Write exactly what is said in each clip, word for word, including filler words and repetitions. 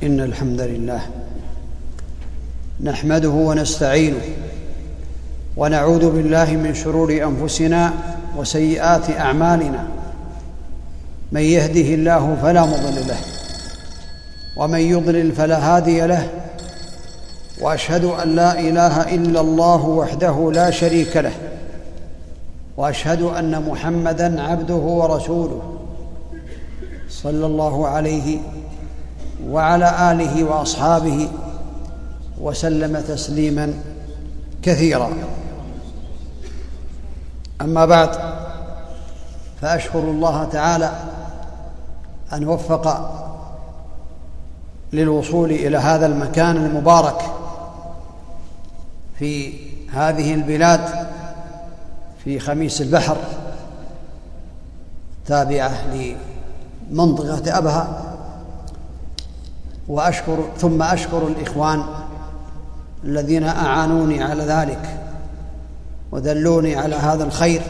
إن الحمد لله نحمده ونستعينه ونعوذ بالله من شرور أنفسنا وسيئات أعمالنا. من يهده الله فلا مضل له ومن يضلل فلا هادي له، وأشهد أن لا إله إلا الله وحده لا شريك له، وأشهد أن محمدًا عبده ورسوله صلى الله عليه وعلى آله وأصحابه وسلم تسليماً كثيرا. أما بعد، فأشكر الله تعالى أن وفق للوصول إلى هذا المكان المبارك في هذه البلاد في خميس البحر تابعة لمنطقة أبها، وأشكر ثم أشكر الإخوان الذين أعانوني على ذلك ودلوني على هذا الخير،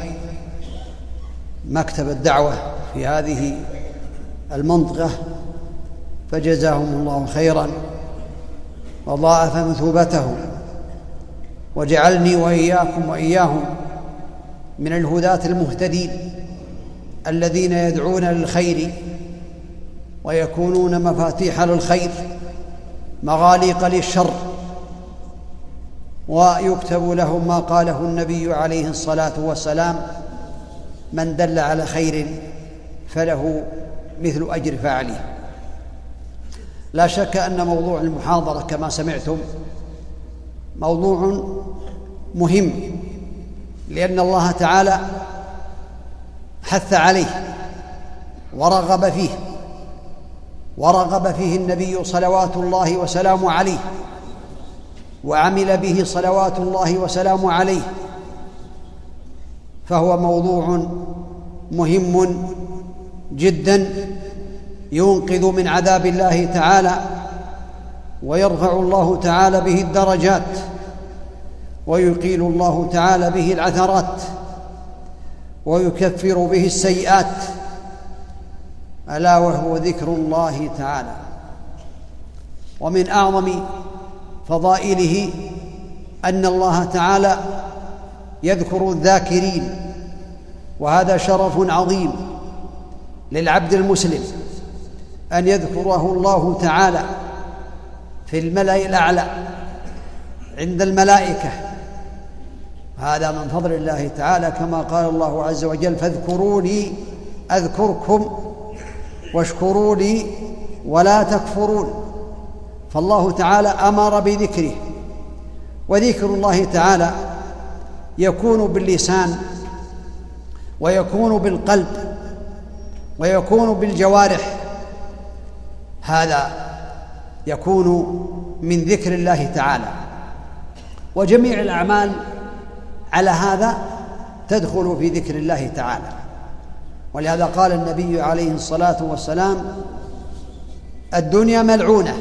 مكتب الدعوة في هذه المنطقة، فجزاهم الله خيرا وضاعف مثوبتهم وجعلني وإياكم وإياهم من الهداة المهتدين الذين يدعون للخير ويكونون مفاتيح للخير مغاليق للشر، ويكتب لهم ما قاله النبي عليه الصلاة والسلام: من دل على خير فله مثل أجر فاعله. لا شك أن موضوع المحاضرة كما سمعتم موضوع مهم، لأن الله تعالى حث عليه ورغب فيه، ورغب فيه النبي صلوات الله وسلامه عليه، وعمل به صلوات الله وسلامه عليه، فهو موضوع مهم جدا ينقذ من عذاب الله تعالى، ويرفع الله تعالى به الدرجات، ويقيل الله تعالى به العثرات، ويكفر به السيئات، ألا وهو ذكر الله تعالى. ومن أعظم فضائله أن الله تعالى يذكر الذاكرين، وهذا شرف عظيم للعبد المسلم أن يذكره الله تعالى في الملأ الأعلى عند الملائكة. هذا من فضل الله تعالى، كما قال الله عز وجل: فاذكروني أذكركم واشكروا لي ولا تكفرون. فالله تعالى أمر بذكره، وذكر الله تعالى يكون باللسان ويكون بالقلب ويكون بالجوارح، هذا يكون من ذكر الله تعالى. وجميع الأعمال على هذا تدخل في ذكر الله تعالى، ولهذا قال النبي عليه الصلاة والسلام: الدنيا ملعونة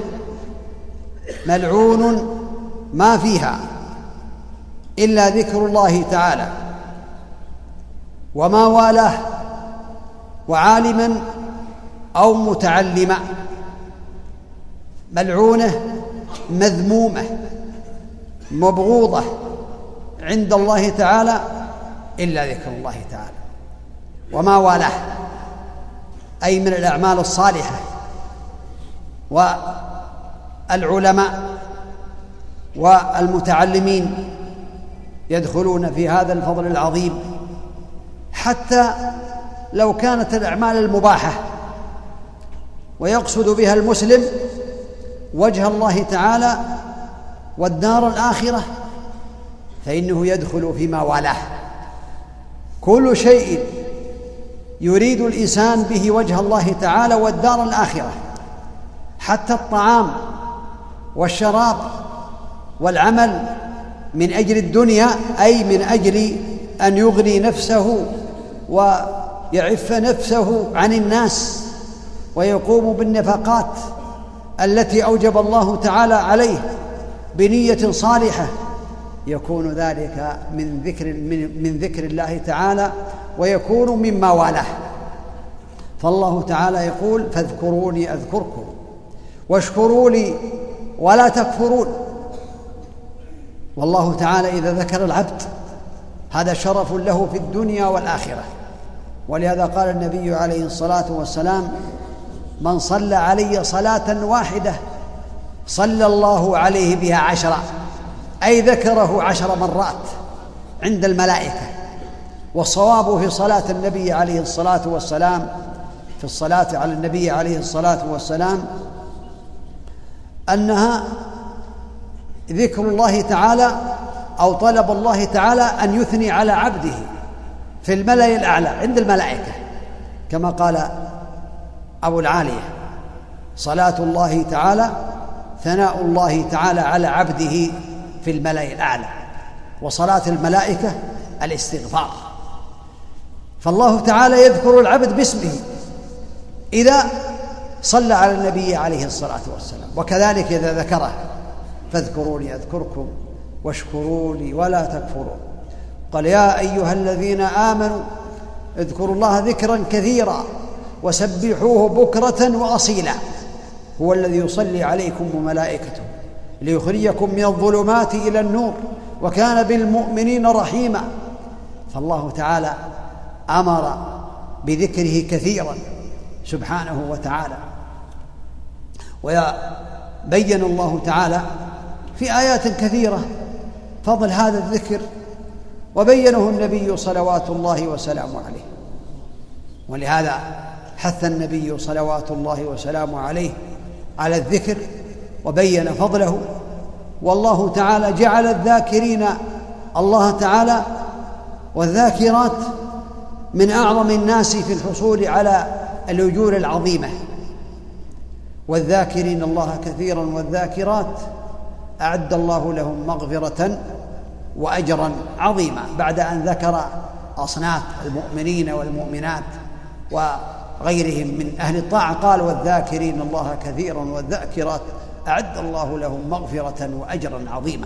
ملعون ما فيها إلا ذكر الله تعالى وما والاه، وعالما أو متعلما. ملعونة مذمومة مبغوضة عند الله تعالى إلا ذكر الله تعالى وما والاه، أي من الأعمال الصالحة. والعلماء والمتعلمين يدخلون في هذا الفضل العظيم، حتى لو كانت الأعمال المباحة ويقصد بها المسلم وجه الله تعالى والدار الآخرة، فإنه يدخل فيما والاه. كل شيء يريد الإنسان به وجه الله تعالى والدار الآخرة، حتى الطعام والشراب والعمل من أجل الدنيا، أي من أجل أن يغني نفسه ويعف نفسه عن الناس، ويقوم بالنفقات التي أوجب الله تعالى عليه بنية صالحة، يكون ذلك من ذكر من ذكر الله تعالى، ويكون مما والاه. فالله تعالى يقول: فاذكروني أذكركم واشكروا لي ولا تكفرون. والله تعالى إذا ذكر العبد هذا شرف له في الدنيا والآخرة، ولهذا قال النبي عليه الصلاة والسلام: من صلى علي صلاة واحدة صلى الله عليه بها عشرة، أي ذكره عشر مرات عند الملائكة. والصواب في صلاة النبي عليه الصلاة والسلام في الصلاة على النبي عليه الصلاة والسلام أنها ذكر الله تعالى أو طلب الله تعالى أن يثني على عبده في الملأ الأعلى عند الملائكة، كما قال أبو العالية: صلاة الله تعالى ثناء الله تعالى على عبده في الملأ الأعلى. وصلاة الملائكة الاستغفار. فالله تعالى يذكر العبد باسمه إذا صلى على النبي عليه الصلاة والسلام، وكذلك إذا ذكره: فاذكروني أذكركم واشكروا لي ولا تكفرون. قال: يا أيها الذين آمنوا اذكروا الله ذكرا كثيرا وسبحوه بكرة وأصيلا، هو الذي يصلي عليكم وملائكته ليخرجكم من الظلمات إلى النور وكان بالمؤمنين رحيما. فالله تعالى أمر بذكره كثيرا سبحانه وتعالى، وبين الله تعالى في آيات كثيرة فضل هذا الذكر، وبينه النبي صلوات الله وسلامه عليه. ولهذا حث النبي صلوات الله وسلامه عليه على الذكر وبين فضله. والله تعالى جعل الذاكرين الله تعالى والذاكرات من أعظم الناس في الحصول على الأجور العظيمة. والذاكرين الله كثيرا والذاكرات أعد الله لهم مغفرة وأجرا عظيما، بعد أن ذكر أصناف المؤمنين والمؤمنات وغيرهم من أهل الطاعة قال: والذاكرين الله كثيرا والذاكرات أعد الله لهم مغفرة وأجرا عظيما.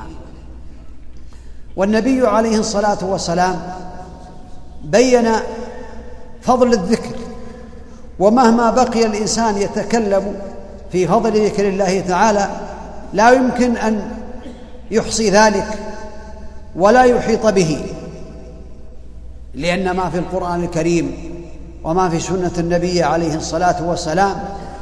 والنبي عليه الصلاة والسلام بين فضل الذكر، ومهما بقي الإنسان يتكلم في فضل ذكر الله تعالى لا يمكن أن يحصي ذلك ولا يحيط به، لأن ما في القرآن الكريم وما في سنة النبي عليه الصلاة والسلام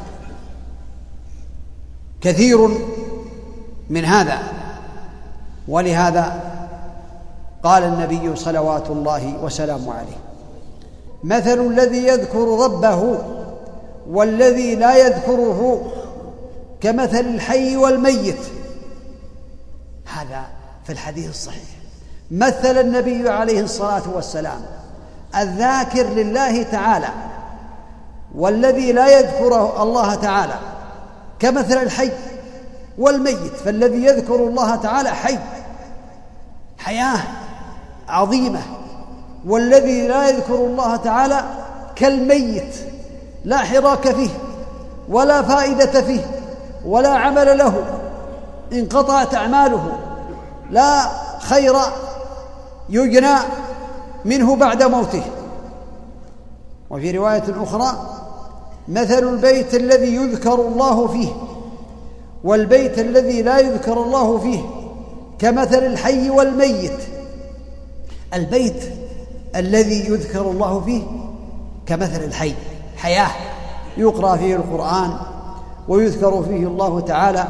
كثير من هذا. ولهذا قال النبي صلوات الله وسلامه عليه: مثل الذي يذكر ربه والذي لا يذكره كمثل الحي والميت. هذا في الحديث الصحيح. مثل النبي عليه الصلاة والسلام الذاكر لله تعالى والذي لا يذكر الله تعالى كمثل الحي والميت. فالذي يذكر الله تعالى حي، حياة عظيمة، والذي لا يذكر الله تعالى كالميت، لا حراك فيه ولا فائدة فيه ولا عمل له، انقطعت أعماله، لا خير يجنى منه بعد موته. وفي رواية أخرى: مثل البيت الذي يذكر الله فيه والبيت الذي لا يذكر الله فيه كمثل الحي والميت. البيت الذي يذكر الله فيه كمثل الحي، حياة يقرأ فيه القرآن ويذكر فيه الله تعالى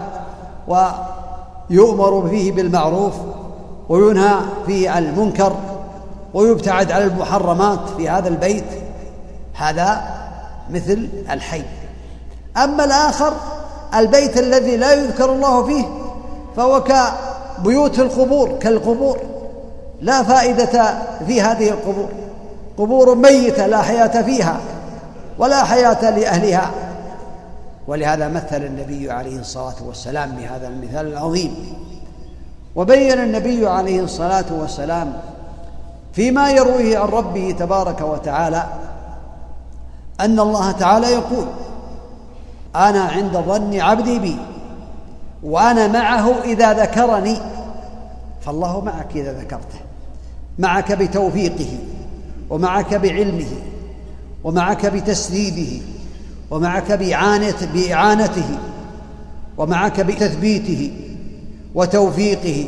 ويؤمر فيه بالمعروف وينهى فيه عن المنكر ويبتعد عن المحرمات في هذا البيت، هذا مثل الحي. أما الآخر البيت الذي لا يذكر الله فيه فهو كبيوت القبور، كالقبور، لا فائدة في هذه القبور، قبور ميتة لا حياة فيها ولا حياة لأهلها. ولهذا مثل النبي عليه الصلاة والسلام بهذا المثال العظيم. وبين النبي عليه الصلاة والسلام فيما يرويه عن ربه تبارك وتعالى أن الله تعالى يقول: أنا عند ظن عبدي بي وأنا معه إذا ذكرني. فالله معك إذا ذكرته، معك بتوفيقه ومعك بعلمه ومعك بتسديده ومعك بإعانته ومعك بتثبيته وتوفيقه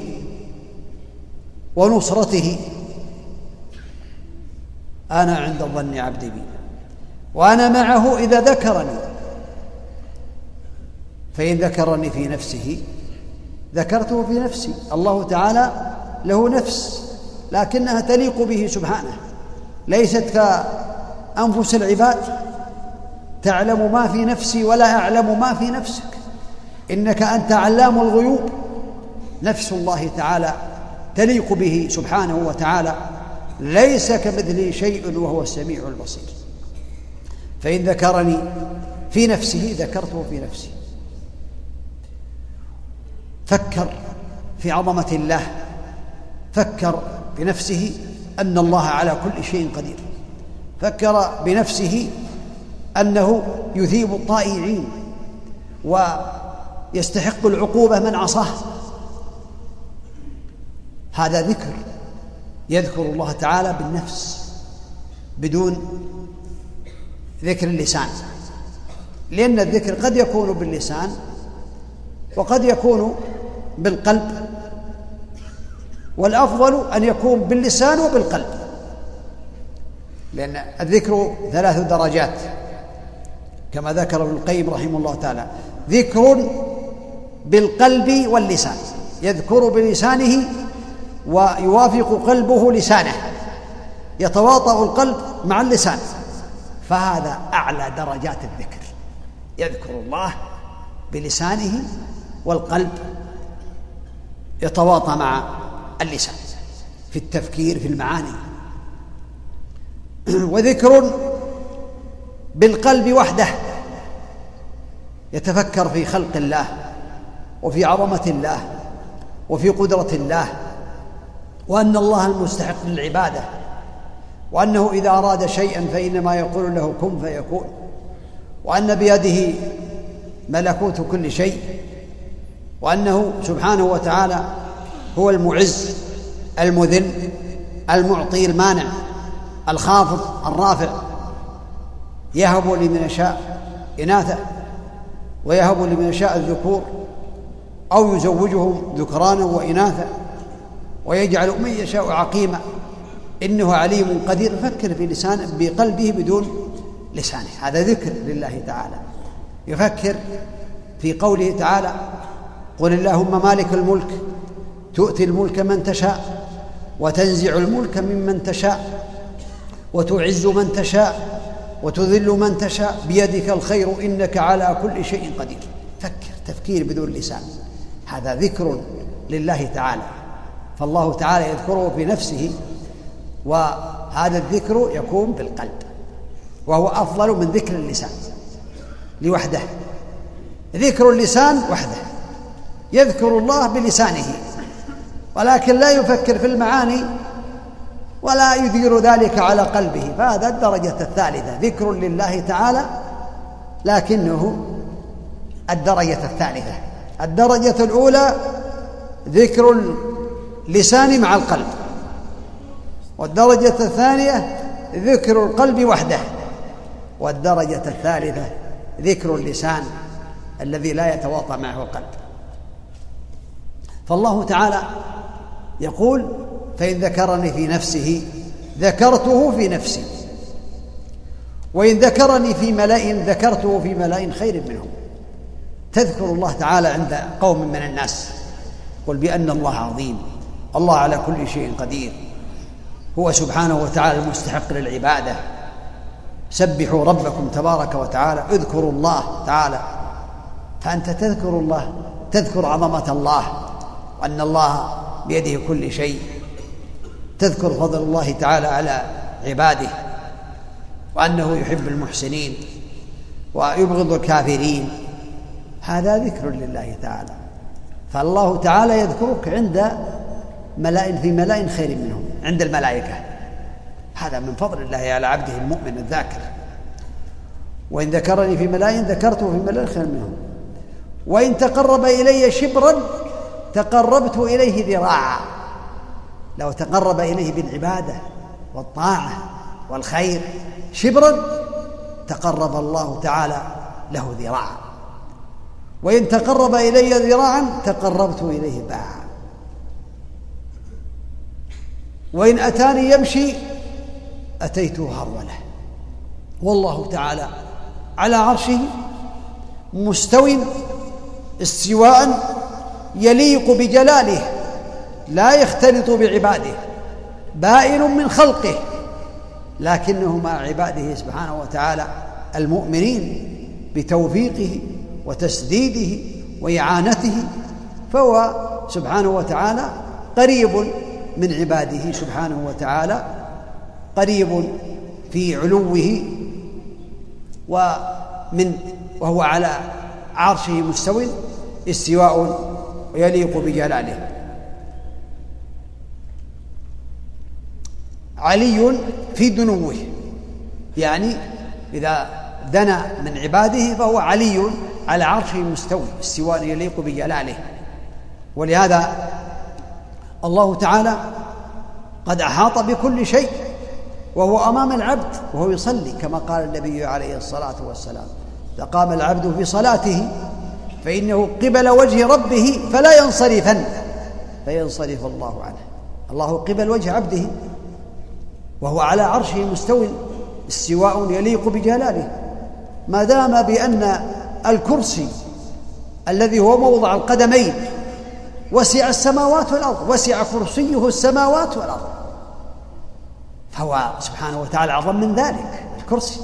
ونصرته. أنا عند ظن عبدي بي وأنا معه إذا ذكرني، فإن ذكرني في نفسه ذكرته في نفسي. الله تعالى له نفس لكنها تليق به سبحانه، ليست كأنفس العباد، تعلم ما في نفسي ولا أعلم ما في نفسك، إنك أنت علام الغيوب. نفس الله تعالى تليق به سبحانه وتعالى، ليس كمثله شيء وهو السميع البصير. فإن ذكرني في نفسه ذكرته في نفسي. فكر في عظمة الله، فكر بنفسه أن الله على كل شيء قدير، فكر بنفسه أنه يثيب الطائعين ويستحق العقوبة من عصاه. هذا ذكر، يذكر الله تعالى بالنفس بدون ذكر اللسان، لأن الذكر قد يكون باللسان وقد يكون بالقلب، والأفضل أن يكون باللسان وبالقلب، لأن الذكر ثلاث درجات كما ذكر ابن القيم رحمه الله تعالى: ذكر بالقلب واللسان، يذكر بلسانه ويوافق قلبه لسانه، يتواطأ القلب مع اللسان، فهذا أعلى درجات الذكر، يذكر الله بلسانه والقلب يتواطأ مع اللسان في التفكير في المعاني. وذكر بالقلب وحده، يتفكر في خلق الله وفي عظمة الله وفي قدرة الله، وأن الله المستحق للعبادة، وأنه إذا أراد شيئا فإنما يقول له كن فيكون، وأن بيده ملكوت كل شيء، وأنه سبحانه وتعالى هو المعز المذل المعطي المانع الخافض الرافع، يهب لمن يشاء إناثا ويهب لمن يشاء الذكور أو يزوجهم ذكرانا وإناثا ويجعل من يشاء عقيما إنه عليم قدير. يفكر في لسان بقلبه بدون لسانه، هذا ذكر لله تعالى. يفكر في قوله تعالى: قل اللهم مالك الملك تؤتي الملك من تشاء وتنزع الملك ممن تشاء وتعز من تشاء وتذل من تشاء بيدك الخير إنك على كل شيء قدير. فكر تفكير بدون لسان، هذا ذكر لله تعالى. فالله تعالى يذكره في نفسه، وهذا الذكر يكون بالقلب، وهو أفضل من ذكر اللسان لوحده. ذكر اللسان وحده يذكر الله بلسانه، ولكن لا يفكر في المعاني ولا يدير ذلك على قلبه، فهذا الدرجة الثالثة، ذكر لله تعالى لكنه الدرجة الثالثة. الدرجة الأولى ذكر اللسان مع القلب، والدرجة الثانية ذكر القلب وحده، والدرجة الثالثة ذكر اللسان الذي لا يتواطأ معه القلب. فالله تعالى يقول: فإن ذكرني في نفسه ذكرته في نفسي، وإن ذكرني في ملأ ذكرته في ملأ خير منهم. تذكر الله تعالى عند قوم من الناس، قل بأن الله عظيم، الله على كل شيء قدير، هو سبحانه وتعالى المستحق للعبادة، سبحوا ربكم تبارك وتعالى، اذكروا الله تعالى. فأنت تذكر الله، تذكر عظمة الله وأن الله بيده كل شيء، تذكر فضل الله تعالى على عباده وأنه يحب المحسنين ويبغض الكافرين. هذا ذكر لله تعالى. فالله تعالى يذكرك عند ملائكة في ملائكة خير منهم، عند الملائكة. هذا من فضل الله على عبده المؤمن الذاكر. وإن ذكرني في ملائكة ذكرته في ملائكة خير منهم، وإن تقرب إلي شبرا تقربت إليه ذراعا. لو تقرب إليه بالعبادة والطاعة والخير شبرا تقرب الله تعالى له ذراعا. وإن تقرب إلي ذراعا تقربت إليه باعا، وإن أتاني يمشي أتيته هرولة. والله تعالى على عرشه مستو استواء يليق بجلاله، لا يختلط بعباده، بائن من خلقه، لكنه مع عباده سبحانه وتعالى المؤمنين بتوفيقه وتسديده وإعانته، فهو سبحانه وتعالى قريب من عباده سبحانه وتعالى، قريب في علوه ومن وهو على عرشه مستو استواء يليق بجلاله. علي في دنوه، يعني إذا دنا من عباده فهو علي على عرشه مستوي استواء يليق بجلاله. ولهذا الله تعالى قد أحاط بكل شيء وهو أمام العبد وهو يصلي، كما قال النبي عليه الصلاة والسلام: إذا قام العبد في صلاته فإنه قبل وجه ربه فلا ينصرفن فينصرف الله عنه. الله قبل وجه عبده وهو على عرشه مستوٍ استواء يليق بجلاله، ما دام بأن الكرسي الذي هو موضع القدمين وسع السماوات والأرض، وسع كرسيه السماوات والأرض، فهو سبحانه وتعالى أعظم من ذلك الكرسي.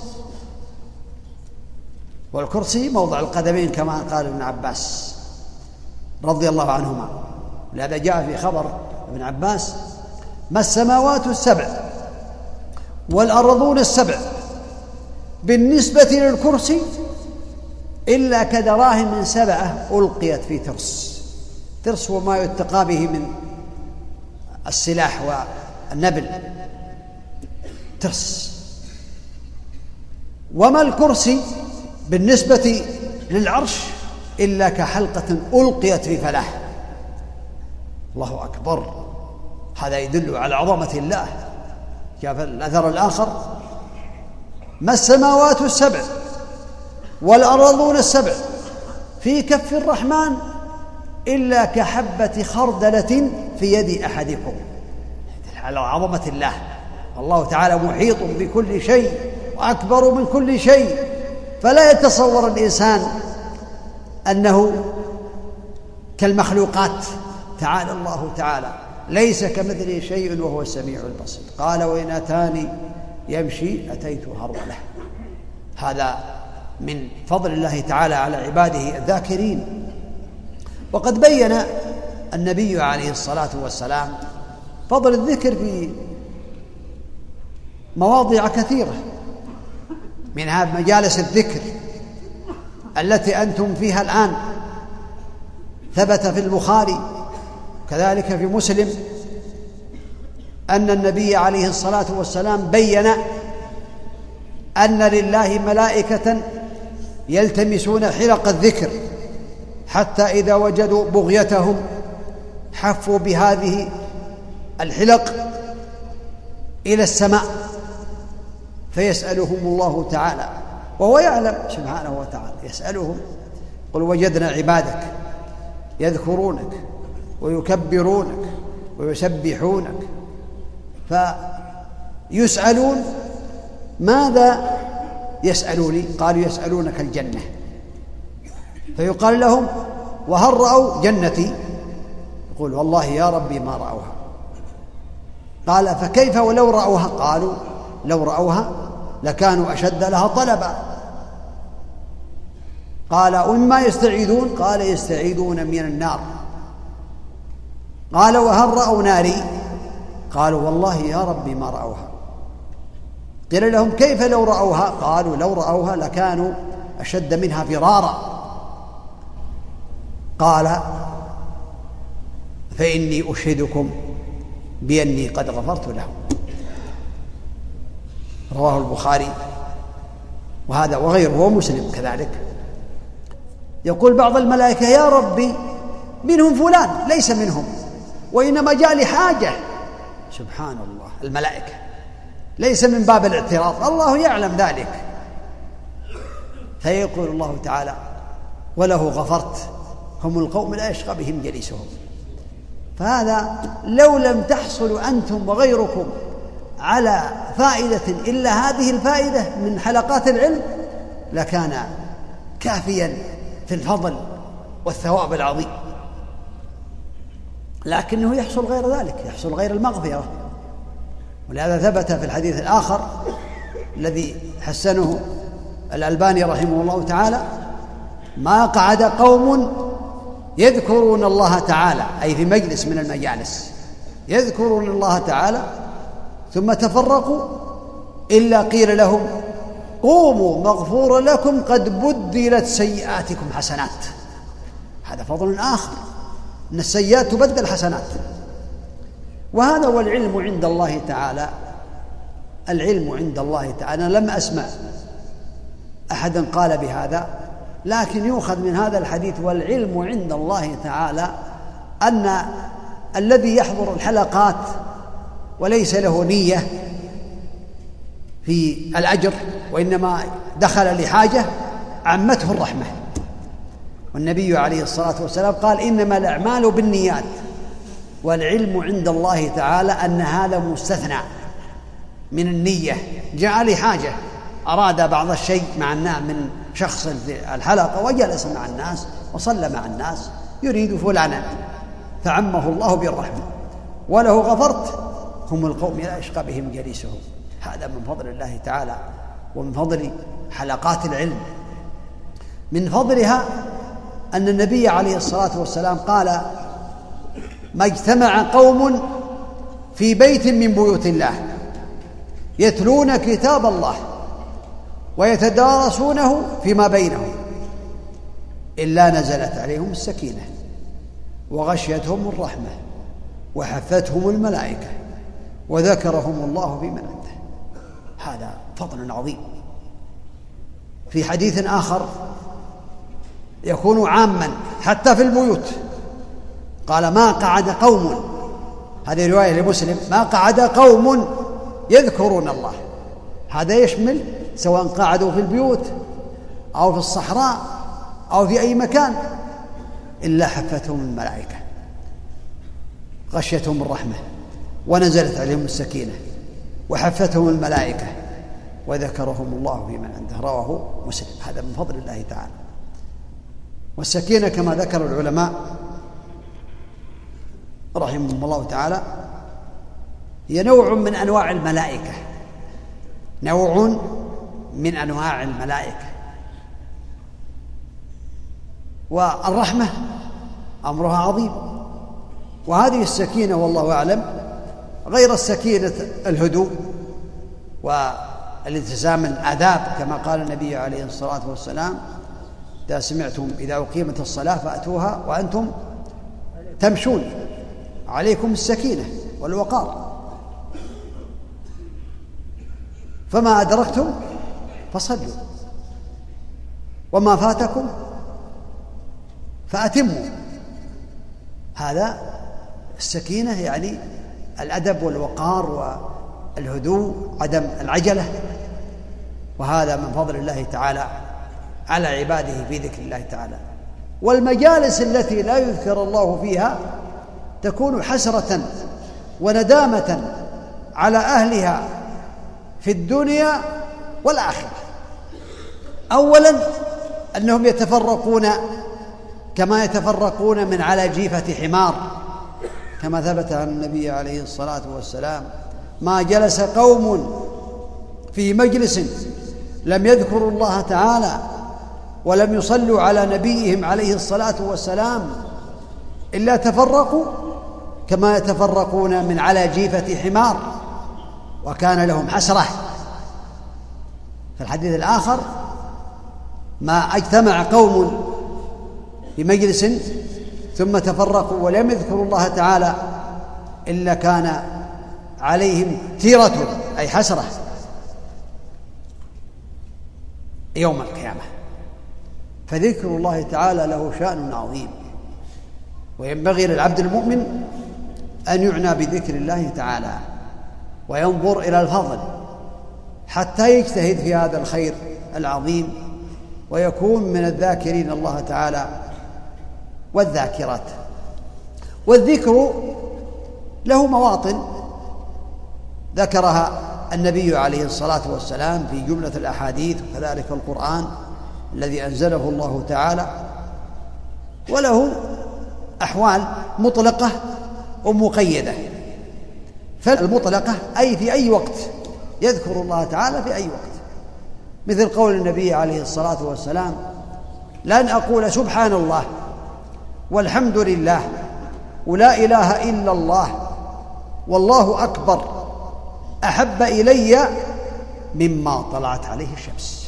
والكرسي موضع القدمين كما قال ابن عباس رضي الله عنهما. لهذا جاء في خبر ابن عباس: ما السماوات السبع والأرضون السبع بالنسبة للكرسي إلا كدراهم من سبعة ألقيت في ترس. ترس هو ما يتقى به من السلاح والنبل، ترس. وما الكرسي بالنسبة للعرش إلا كحلقة ألقيت في فلاح. الله أكبر، هذا يدل على عظمة الله. جاء في الأثر الآخر: ما السماوات السبع والأرضون السبع في كف الرحمن إلا كحبة خردلة في يد أحدكم. على عظمة الله. الله تعالى محيط بكل شيء وأكبر من كل شيء، فلا يتصور الإنسان أنه كالمخلوقات. تعالى الله تعالى، ليس كمثله شيء وهو السميع البصير. قال: وإن أتاني يمشي أتيت هرولة. هذا من فضل الله تعالى على عباده الذاكرين. وقد بين النبي عليه الصلاة والسلام فضل الذكر في مواضع كثيرة، منها مجالس الذكر التي أنتم فيها الآن. ثبت في البخاري كذلك في مسلم أن النبي عليه الصلاة والسلام بين أن لله ملائكة يلتمسون حلق الذكر حتى إذا وجدوا بغيتهم حفوا بهذه الحلق إلى السماء فيسألهم الله تعالى، وهو يعلم سبحانه وتعالى، يسألهم: قل وجدنا عبادك يذكرونك ويكبرونك ويسبحونك. فيسألون: ماذا يسألوني؟ قالوا: يسألونك الجنة. فيقال لهم: وهل رأوا جنتي؟ يقول: والله يا ربي ما رأوها. قال: فكيف ولو رأوها؟ قالوا: لو رأوها لكانوا أشد لها طلبا. قال: ومما يستعيذون؟ قال: يستعيذون من النار. قال: وهل رأوا ناري؟ قالوا: والله يا ربي ما رأوها. قيل لهم: كيف لو رأوها؟ قالوا: لو رأوها لكانوا أشد منها فرارا. قال: فإني أشهدكم بأني قد غفرت لهم. رواه البخاري وهذا وغيره ومسلم كذلك. يقول بعض الملائكة: يا ربي منهم فلان ليس منهم وإنما جاء لحاجة. سبحان الله، الملائكة ليس من باب الاعتراض، الله يعلم ذلك. فيقول الله تعالى: وله غفرت هم القوم لا يشقى بهم جليسهم. فهذا لو لم تحصلوا أنتم وغيركم على فائدة إلا هذه الفائدة من حلقات العلم لكان كافيا في الفضل والثواب العظيم، لكنه يحصل غير ذلك، يحصل غير المغفرة. ولهذا ثبت في الحديث الآخر الذي حسنه الألباني رحمه الله تعالى: ما قعد قوم يذكرون الله تعالى، أي في مجلس من المجالس يذكرون الله تعالى ثم تفرقوا إلا قيل لهم قوموا مغفور لكم قد بدلت سيئاتكم حسنات. هذا فضل آخر، أن السيئات تبدل حسنات. وهذا هو العلم عند الله تعالى. العلم عند الله تعالى، أنا لم أسمع أحدا قال بهذا، لكن يؤخذ من هذا الحديث والعلم عند الله تعالى أن الذي يحضر الحلقات وليس له نية في الأجر وإنما دخل لحاجة عمته الرحمة. والنبي عليه الصلاة والسلام قال: إنما الأعمال بالنيات. والعلم عند الله تعالى أن هذا مستثنى من النية، جاء لحاجة أراد بعض الشيء مع الناس من شخص في الحلقة وجلس مع الناس وصلى مع الناس يريد فلانا فعمه الله بالرحمة وله غفرت هم القوم لا يشقى بهم جليسهم. هذا من فضل الله تعالى ومن فضل حلقات العلم. من فضلها أن النبي عليه الصلاة والسلام قال: ما اجتمع قوم في بيت من بيوت الله يتلون كتاب الله ويتدارسونه فيما بينهم إلا نزلت عليهم السكينة وغشيتهم الرحمة وحفتهم الملائكة وذكرهم الله بمن عنده. هذا فضل عظيم. في حديث آخر يكون عاما حتى في البيوت، قال: ما قعد قوم، هذه رواية لمسلم، ما قعد قوم يذكرون الله. هذا يشمل سواء قعدوا في البيوت أو في الصحراء أو في أي مكان إلا حفتهم الملائكة غشيتهم الرحمة ونزلت عليهم السكينة وحفتهم الملائكة وذكرهم الله في من عنده. رواه مسلم. هذا من فضل الله تعالى. والسكينة كما ذكر العلماء رحمهم الله تعالى هي نوع من أنواع الملائكة، نوع من أنواع الملائكة. والرحمة أمرها عظيم. وهذه السكينة والله أعلم غير السكينة الهدوء والالتزام الآداب، كما قال النبي عليه الصلاة والسلام: إذا سمعتم إذا أقيمت الصلاة فأتوها وأنتم تمشون، عليكم السكينة والوقار، فما أدركتم فصلوا وما فاتكم فأتموا. هذا السكينة يعني الأدب والوقار والهدوء، عدم العجلة. وهذا من فضل الله تعالى على عباده في ذكر الله تعالى. والمجالس التي لا يذكر الله فيها تكون حسرة وندامة على أهلها في الدنيا والآخرة. أولا أنهم يتفرقون كما يتفرقون من على جيفة حمار، كما ثبت عن النبي عليه الصلاة والسلام: ما جلس قوم في مجلس لم يذكروا الله تعالى ولم يصلوا على نبيهم عليه الصلاة والسلام إلا تفرقوا كما يتفرقون من على جيفة حمار وكان لهم حسرة. في الحديث الآخر: ما اجتمع قوم في مجلس ثم تفرقوا ولم يذكروا الله تعالى إلا كان عليهم تيرة، أي حسرة، يوم القيامة. فذكر الله تعالى له شأن عظيم، وينبغي للعبد المؤمن أن يعنى بذكر الله تعالى وينظر إلى الفضل حتى يجتهد في هذا الخير العظيم ويكون من الذاكرين الله تعالى والذاكرات. والذكر له مواطن ذكرها النبي عليه الصلاة والسلام في جملة الأحاديث، وكذلك القرآن الذي أنزله الله تعالى، وله أحوال مطلقة ومقيدة. فالمطلقة أي في أي وقت يذكر الله تعالى في أي وقت، مثل قول النبي عليه الصلاة والسلام: لن أقول سبحان الله والحمد لله ولا إله إلا الله والله أكبر أحب إلي مما طلعت عليه الشمس.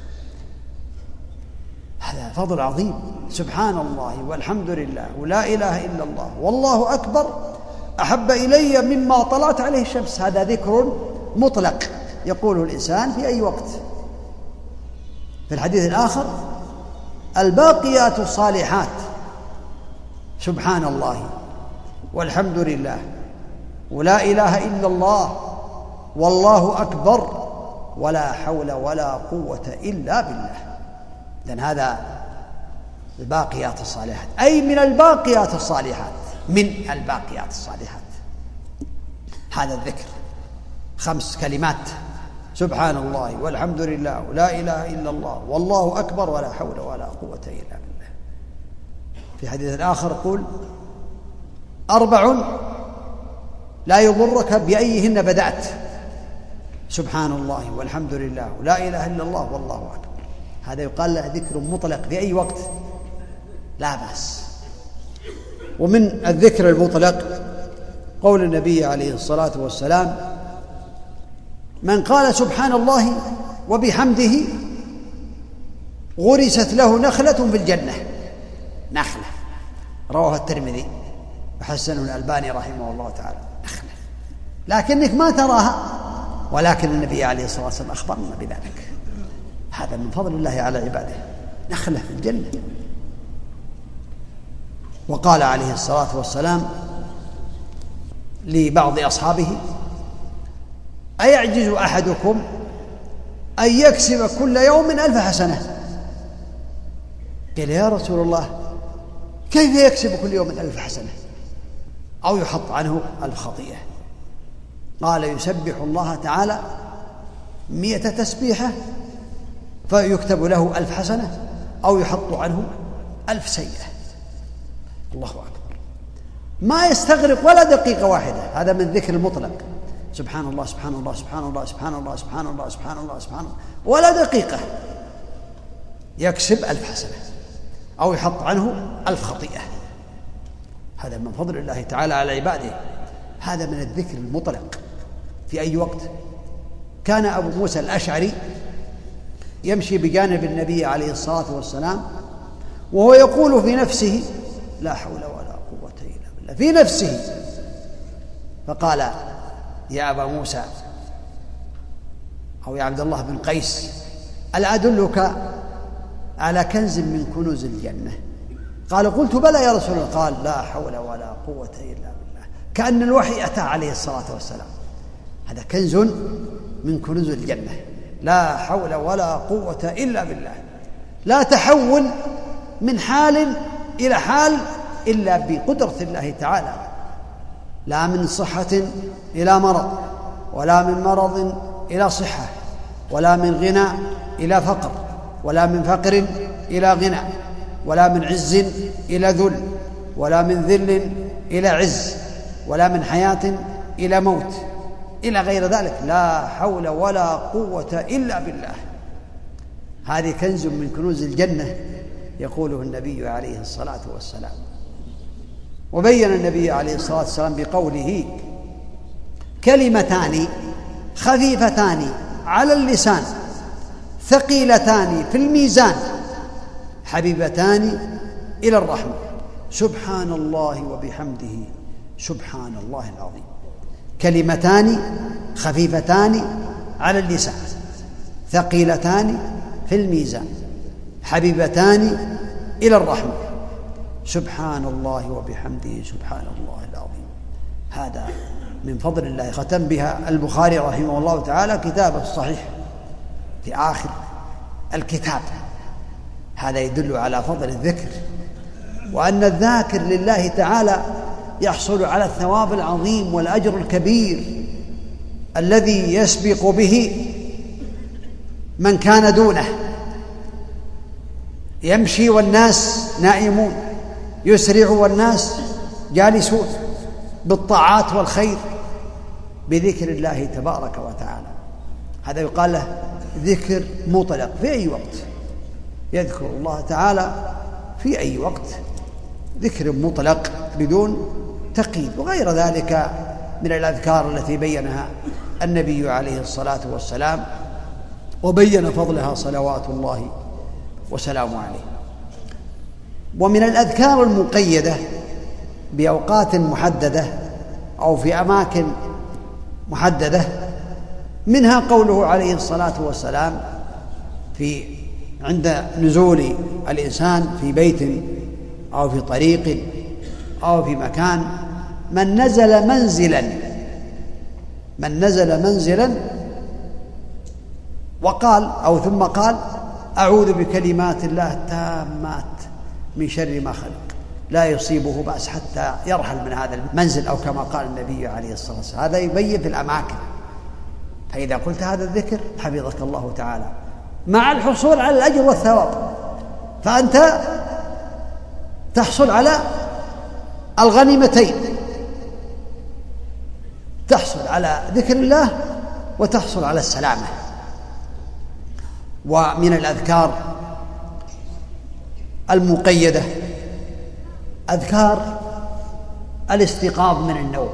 هذا فضل عظيم، سبحان الله والحمد لله ولا إله إلا الله والله أكبر أحب إلي مما طلعت عليه الشمس. هذا ذكر مطلق يقوله الإنسان في أي وقت. في الحديث الآخر: الباقيات الصالحات سبحان الله والحمد لله ولا إله إلا الله والله أكبر ولا حول ولا قوة إلا بالله. لأن هذا الباقيات الصالحات، أي من الباقيات الصالحات، من الباقيات الصالحات. هذا الذكر خمس كلمات: سبحان الله والحمد لله ولا إله إلا الله والله أكبر ولا حول ولا قوة إلا بالله. في حديث آخر قل: أربع لا يضرك بأيهن بدأت: سبحان الله والحمد لله ولا إله إلا الله والله أكبر. هذا يقال له ذكر مطلق في أي وقت لا بأس. ومن الذكر المطلق قول النبي عليه الصلاة والسلام: من قال سبحان الله وبحمده غرست له نخلة في الجنة. نخلة، رواه الترمذي وحسنه الألباني رحمه الله تعالى. نخلة لكنك ما تراها، ولكن النبي عليه الصلاة والسلام أخبرنا بذلك. هذا من فضل الله على عباده، نخلة في الجنة. وقال عليه الصلاة والسلام لبعض أصحابه: أيعجز أحدكم أن يكسب كل يوم ألف حسنة؟ قال: يا رسول الله كيف يكسب كل يوم ألف حسنة أو يحط عنه ألف خطيئة؟ قال: يسبح الله تعالى مئة تسبيحة فيكتب له ألف حسنة أو يحط عنه ألف سيئة. الله أكبر، ما يستغرق ولا دقيقة واحدة. هذا من ذكر المطلق: سبحان الله سبحان الله سبحان الله سبحان الله سبحان الله سبحان الله سبحان الله، ولا دقيقة يكسب ألف حسنة أو يحط عنه ألف خطيئة. هذا من فضل الله تعالى على عباده. هذا من الذكر المطلق في أي وقت. كان أبو موسى الأشعري يمشي بجانب النبي عليه الصلاة والسلام وهو يقول في نفسه: لا حول ولا قوة إلا بالله، في نفسه. فقال: يا أبا موسى أو يا عبد الله بن قيس، ألا أدلك على كنز من كنوز الجنة؟ قال: قلت بلى يا رسول الله. قال: لا حول ولا قوة إلا بالله. كأن الوحي أتى عليه الصلاة والسلام. هذا كنز من كنوز الجنة، لا حول ولا قوة إلا بالله. لا تحول من حال إلى حال إلا بقدرة الله تعالى، لا من صحة إلى مرض، ولا من مرض إلى صحة، ولا من غنى إلى فقر، ولا من فقر إلى غنى، ولا من عز إلى ذل، ولا من ذل إلى عز، ولا من حياة إلى موت، إلى غير ذلك. لا حول ولا قوة إلا بالله. هذه كنز من كنوز الجنة يقوله النبي عليه الصلاة والسلام. وبين النبي عليه الصلاة والسلام بقوله: كلمتان خفيفتان على اللسان ثقيلتان في الميزان حبيبتان إلى الرحمة: سبحان الله وبحمده سبحان الله العظيم. كلمتان خفيفتان على اللسان ثقيلتان في الميزان حبيبتان إلى الرحمة: سبحان الله وبحمده سبحان الله العظيم. هذا من فضل الله. ختم بها البخاري رحمه الله تعالى كتابه الصحيح في آخر الكتاب، هذا يدل على فضل الذكر، وأن الذاكر لله تعالى يحصل على الثواب العظيم والأجر الكبير الذي يسبق به من كان دونه، يمشي والناس نائمون، يسرع والناس جالسون بالطاعات والخير بذكر الله تبارك وتعالى. هذا يقال له ذكر مطلق في أي وقت، يذكر الله تعالى في أي وقت، ذكر مطلق بدون تقييد. وغير ذلك من الأذكار التي بينها النبي عليه الصلاة والسلام وبين فضلها صلوات الله وسلامه عليه. ومن الأذكار المقيدة بأوقات محددة أو في أماكن محددة منها قوله عليه الصلاة والسلام في عند نزول الإنسان في بيت أو في طريق أو في مكان: من نزل منزلا من نزل منزلا وقال أو ثم قال: أعوذ بكلمات الله التامات من شر ما خلق، لا يصيبه بأس حتى يرحل من هذا المنزل، أو كما قال النبي عليه الصلاة والسلام. هذا يبين في الأماكن. فإذا قلت هذا الذكر حفظك الله تعالى مع الحصول على الأجر والثواب، فأنت تحصل على الغنيمتين، تحصل على ذكر الله وتحصل على السلامة. ومن الأذكار المقيدة أذكار الاستيقاظ من النوم،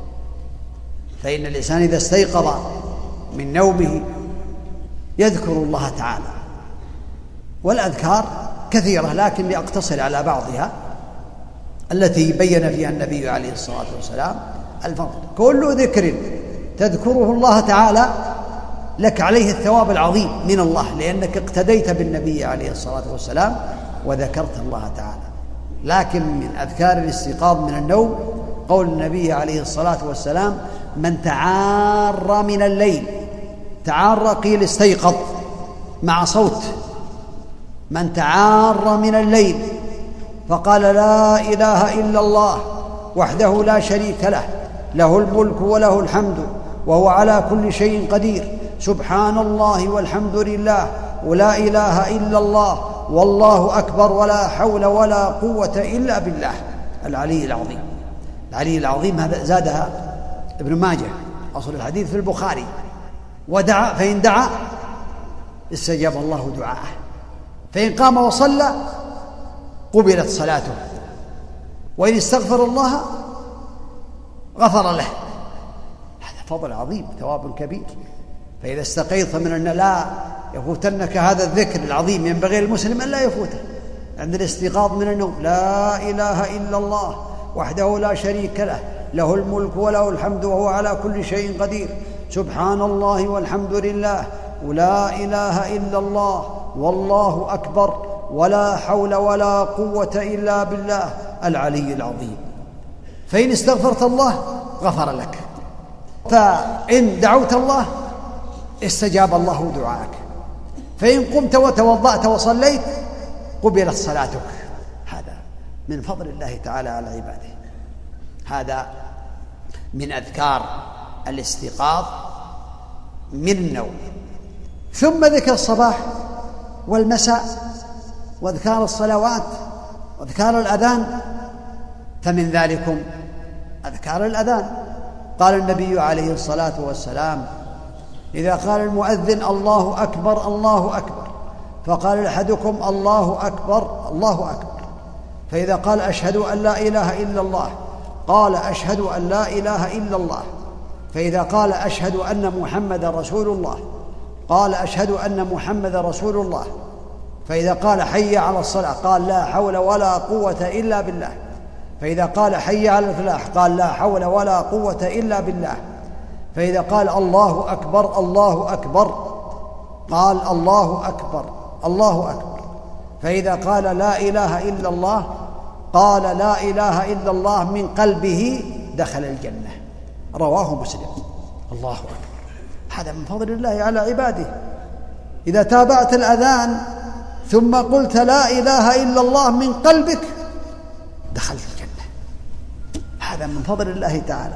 فإن الإنسان إذا استيقظ من نومه يذكر الله تعالى. والأذكار كثيرة، لكن لأقتصر على بعضها التي بين فيها النبي عليه الصلاة والسلام الفضل. كل ذكر تذكره الله تعالى لك عليه الثواب العظيم من الله، لأنك اقتديت بالنبي عليه الصلاة والسلام وذكرت الله تعالى. لكن من أذكار الاستيقاظ من النوم قول النبي عليه الصلاة والسلام: من تعار من الليل، تعار قيل استيقظ مع صوت، من تعار من الليل فقال: لا إله إلا الله وحده لا شريك له، له الملك وله الحمد وهو على كل شيء قدير، سبحان الله والحمد لله ولا إله إلا الله والله أكبر ولا حول ولا قوة إلا بالله العلي العظيم. العلي العظيم هذا زادها ابن ماجه، أصل الحديث في البخاري. ودعا فإن دعا استجاب الله دعاءه، فإن قام وصلى قبلت صلاته، وإن استغفر الله غفر له. هذا فضل عظيم، ثواب كبير. فإذا استقيت من أن لا يفوتنك هذا الذكر العظيم، ينبغي المسلم أن لا يفوته عند الاستيقاظ من النوم: لا إله إلا الله وحده لا شريك له، له الملك وله الحمد وهو على كل شيء قدير، سبحان الله والحمد لله ولا إله إلا الله والله أكبر ولا حول ولا قوة إلا بالله العلي العظيم. فإن استغفرت الله غفر لك، فإن دعوت الله استجاب الله دعاءك، فإن قمت وتوضأت وصليت قبلت صلاتك. هذا من فضل الله تعالى على عباده. هذا من أذكار الاستيقاظ من النوم. ثم ذكر الصباح والمساء واذكار الصلوات واذكار الأذان، فمن ذلكم أذكار الأذان. قال النبي عليه الصلاة والسلام: إذا قال المؤذن الله أكبر الله أكبر، فقال أحدكم الله أكبر الله أكبر، فإذا قال أشهد أن لا إله إلا الله قال أشهد أن لا إله إلا الله، فإذا قال أشهد أن محمد رسول الله قال أشهد أن محمد رسول الله، فإذا قال حي على الصلاة قال لا حول ولا قوة إلا بالله، فإذا قال حي على الفلاح قال لا حول ولا قوة إلا بالله، فإذا قال الله أكبر الله أكبر قال الله أكبر الله أكبر، فإذا قال لا إله إلا الله قال لا إله إلا الله من قلبه دخل الجنة. رواه مسلم. الله أكبر. هذا من فضل الله على عباده. إذا تابعت الأذان ثم قلت لا إله إلا الله من قلبك دخلت الجنة. هذا من فضل الله تعالى.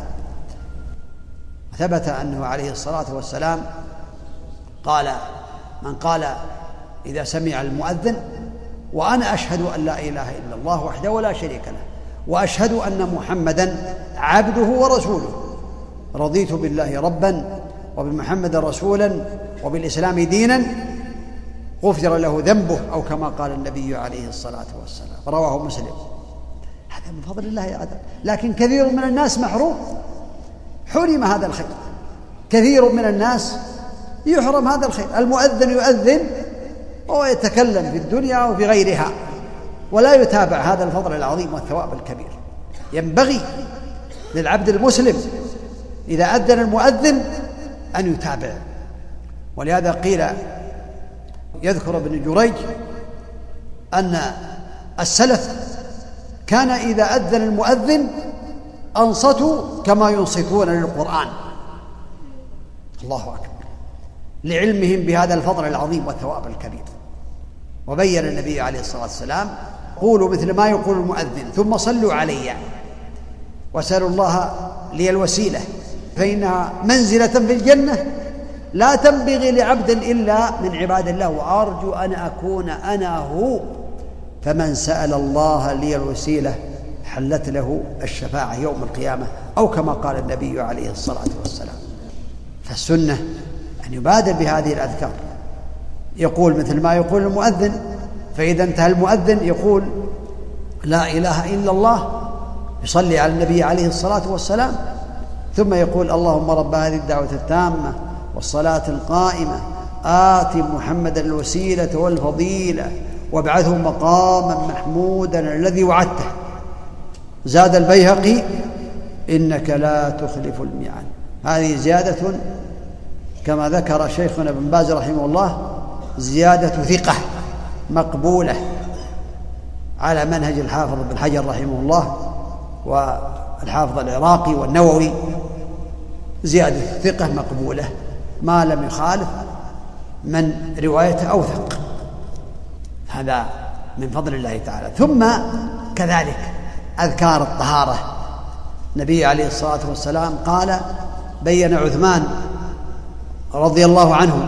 ثبت أنه عليه الصلاة والسلام قال: من قال إذا سمع المؤذن: وأنا أشهد أن لا إله إلا الله وحده لا شريك له وأشهد أن محمدا عبده ورسوله، رضيت بالله ربا وبمحمد رسولا وبالإسلام دينا، غفر له ذنبه، أو كما قال النبي عليه الصلاة والسلام، رواه مسلم. هذا من فضل الله تعالى. لكن كثير من الناس محروم، حرم هذا الخير. كثير من الناس يحرم هذا الخير. المؤذن يؤذن وهو يتكلم في الدنيا وفي غيرها، ولا يتابع هذا الفضل العظيم والثواب الكبير. ينبغي للعبد المسلم إذا أذن المؤذن أن يتابع. ولهذا قيل، يذكر ابن جريج أن السلف كان إذا أذن المؤذن أنصتوا كما ينصتون للقرآن. الله أكبر، لعلمهم بهذا الفضل العظيم والثواب الكبير. وبين النبي عليه الصلاة والسلام: قولوا مثل ما يقول المؤذن ثم صلوا علي واسألوا الله لي الوسيلة فإنها منزلة في الجنة لا تنبغي لعبد إلا من عباد الله، وأرجو أن أكون أنا هو، فمن سأل الله لي الوسيلة حلت له الشفاعة يوم القيامة، أو كما قال النبي عليه الصلاة والسلام. فالسنة أن يبادر بهذه الأذكار، يقول مثل ما يقول المؤذن، فإذا انتهى المؤذن يقول لا إله إلا الله، يصلي على النبي عليه الصلاة والسلام، ثم يقول: اللهم رب هذه الدعوة التامة والصلاة القائمة آت محمدا الوسيلة والفضيلة وابعثه مقاما محمودا الذي وعدته. زاد البيهقي: إنك لا تخلف الميعاد. هذه زيادة كما ذكر شيخنا ابن باز رحمه الله زيادة ثقة مقبولة على منهج الحافظ ابن حجر رحمه الله والحافظ العراقي والنووي، زيادة ثقة مقبولة ما لم يخالف من روايته أوثق. هذا من فضل الله تعالى. ثم كذلك أذكار الطهارة. النبي عليه الصلاة والسلام قال، بين عثمان رضي الله عنه: